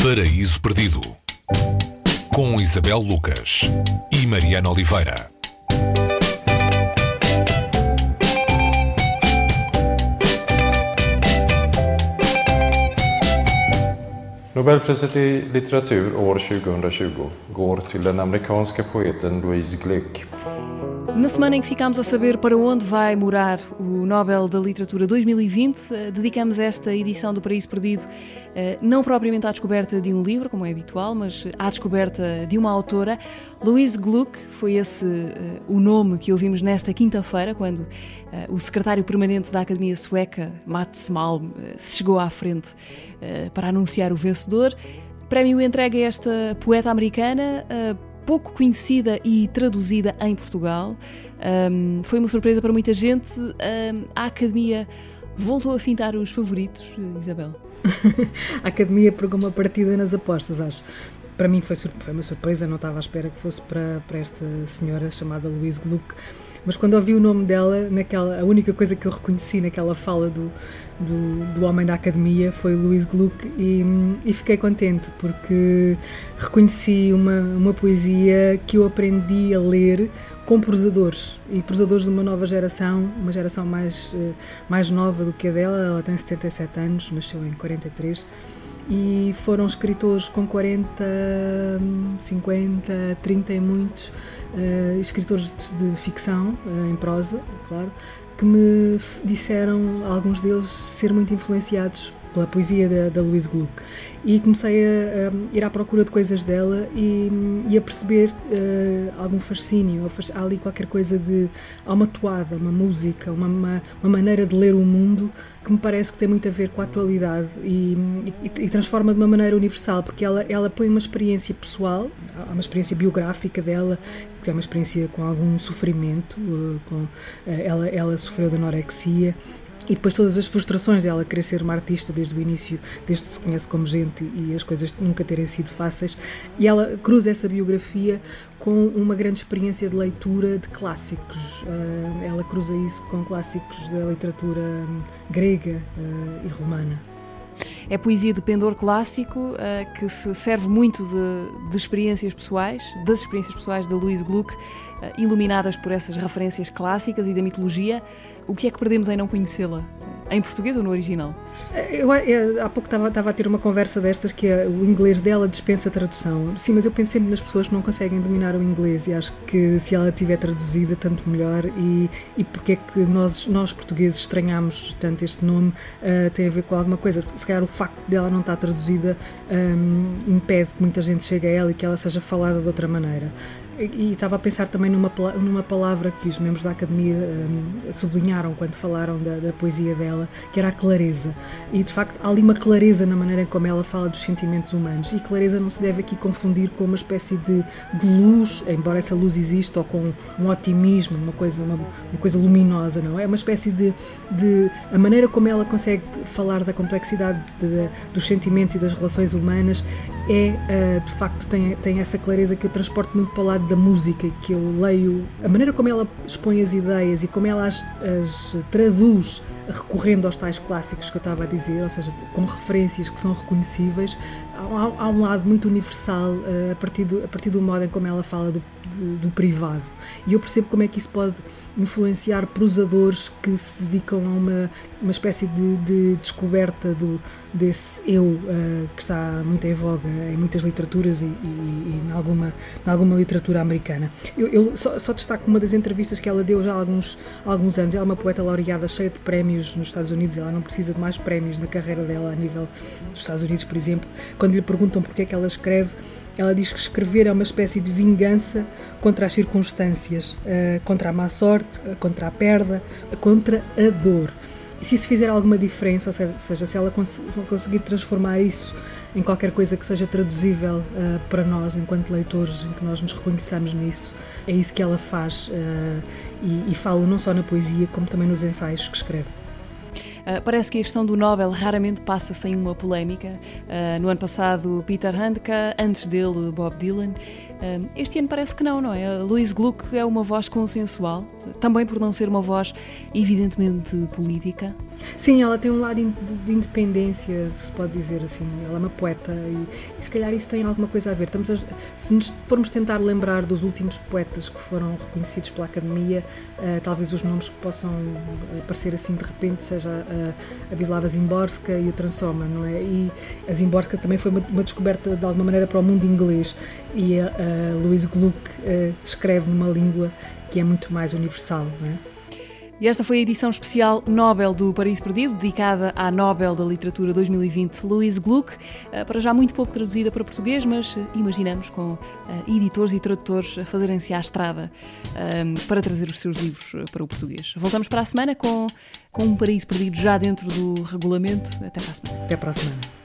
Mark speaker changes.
Speaker 1: Paraíso Perdido, com Isabel Lucas e Mariana Oliveira.
Speaker 2: Nobelpriset i litteratur år 2020 går till den amerikanska poeten Louise Glück.
Speaker 3: Na semana em que ficámos a saber para onde vai morar o Nobel da Literatura 2020, dedicamos esta edição do Paraíso Perdido não propriamente à descoberta de um livro, como é habitual, mas à descoberta de uma autora. Louise Glück foi esse o nome que ouvimos nesta quinta-feira, quando o secretário permanente da Academia Sueca, Mats Malm, se chegou à frente para anunciar o vencedor. Prémio entregue a esta poeta americana, pouco conhecida e traduzida em Portugal. Foi uma surpresa para muita gente. A Academia voltou a fintar os favoritos, Isabel.
Speaker 4: A Academia pegou uma partida nas apostas, acho. Para mim foi uma surpresa, não estava à espera que fosse para esta senhora chamada Louise Glück. Mas quando ouvi o nome dela, a única coisa que eu reconheci naquela fala do homem da Academia foi Louise Glück e fiquei contente, porque reconheci uma poesia que eu aprendi a ler com prosadores, e prosadores de uma nova geração, uma geração mais nova do que a dela. Ela tem 77 anos, nasceu em 43, e foram escritores com 40, 50, 30 e muitos, escritores de ficção, em prosa, claro, que me disseram, alguns deles, ser muito influenciados pela poesia da Louise Glück. E comecei a ir à procura de coisas dela e a perceber algum fascínio. Há ali qualquer coisa há uma toada, uma música, uma maneira de ler o mundo que me parece que tem muito a ver com a atualidade e transforma de uma maneira universal, porque ela põe uma experiência pessoal, há uma experiência biográfica dela, que é uma experiência com algum sofrimento. Ela sofreu de anorexia, e depois todas as frustrações dela querer ser uma artista desde o início, desde que se conhece como gente, e as coisas nunca terem sido fáceis, e ela cruza essa biografia com uma grande experiência de leitura de clássicos. Ela cruza isso com clássicos da literatura grega e romana.
Speaker 3: É poesia de pendor clássico, que se serve muito de experiências pessoais, das experiências pessoais da Louise Glück, iluminadas por essas referências clássicas e da mitologia. O que é que perdemos em não conhecê-la? Em português ou no original?
Speaker 4: Há pouco estava a ter uma conversa destas, que o inglês dela dispensa tradução. Sim, mas eu penso sempre nas pessoas que não conseguem dominar o inglês, e acho que se ela tiver traduzida, tanto melhor. E porque é que nós portugueses estranhamos tanto este nome? Tem a ver com alguma coisa. Se calhar o facto dela não estar traduzida impede que muita gente chegue a ela e que ela seja falada de outra maneira. E estava a pensar também numa palavra que os membros da Academia sublinharam quando falaram da poesia dela, que era a clareza. E, de facto, há ali uma clareza na maneira como ela fala dos sentimentos humanos. E clareza não se deve aqui confundir com uma espécie de luz, embora essa luz exista, ou com um otimismo, uma coisa luminosa, não é? É uma espécie de a maneira como ela consegue falar da complexidade dos sentimentos e das relações humanas de facto, tem essa clareza que eu transporto muito para o lado da música, e que eu leio, a maneira como ela expõe as ideias e como ela as traduz, recorrendo aos tais clássicos que eu estava a dizer, ou seja, como referências que são reconhecíveis. Há um lado muito universal a partir do modo em como ela fala do privado, e eu percebo como é que isso pode influenciar prosadores que se dedicam a uma espécie de descoberta desse eu que está muito em voga em muitas literaturas e em alguma literatura americana. Eu só destaco uma das entrevistas que ela deu já há alguns anos. Ela é uma poeta laureada, cheia de prémios nos Estados Unidos. Ela não precisa de mais prémios na carreira dela a nível dos Estados Unidos, por exemplo. Quando lhe perguntam porque é que ela escreve, ela diz que escrever é uma espécie de vingança contra as circunstâncias, contra a má sorte, contra a perda, contra a dor. E se isso fizer alguma diferença, ou seja, se ela conseguir transformar isso em qualquer coisa que seja traduzível para nós, enquanto leitores, em que nós nos reconheçamos nisso, é isso que ela faz, e falo não só na poesia, como também nos ensaios que escreve.
Speaker 3: Parece que a questão do Nobel raramente passa sem uma polémica. No ano passado, Peter Handke, antes dele, Bob Dylan. Este ano parece que não é? A Louise Gluck é uma voz consensual, também por não ser uma voz evidentemente política.
Speaker 4: Sim, ela tem um lado de independência, se pode dizer assim. Ela é uma poeta e se calhar isso tem alguma coisa a ver. Se nos formos tentar lembrar dos últimos poetas que foram reconhecidos pela Academia, talvez os nomes que possam aparecer assim de repente seja a Wisława Szymborska e o Transoma, não é? E a Szymborska também foi uma descoberta de alguma maneira para o mundo inglês e a Louise Gluck escreve numa língua que é muito mais universal, não é?
Speaker 3: E esta foi a edição especial Nobel do Paraíso Perdido, dedicada à Nobel da Literatura 2020, Louise Gluck, para já muito pouco traduzida para português, mas imaginamos com editores e tradutores a fazerem-se à estrada para trazer os seus livros para o português. Voltamos para a semana com um Paraíso Perdido já dentro do regulamento. Até para a semana.
Speaker 4: Até para a semana.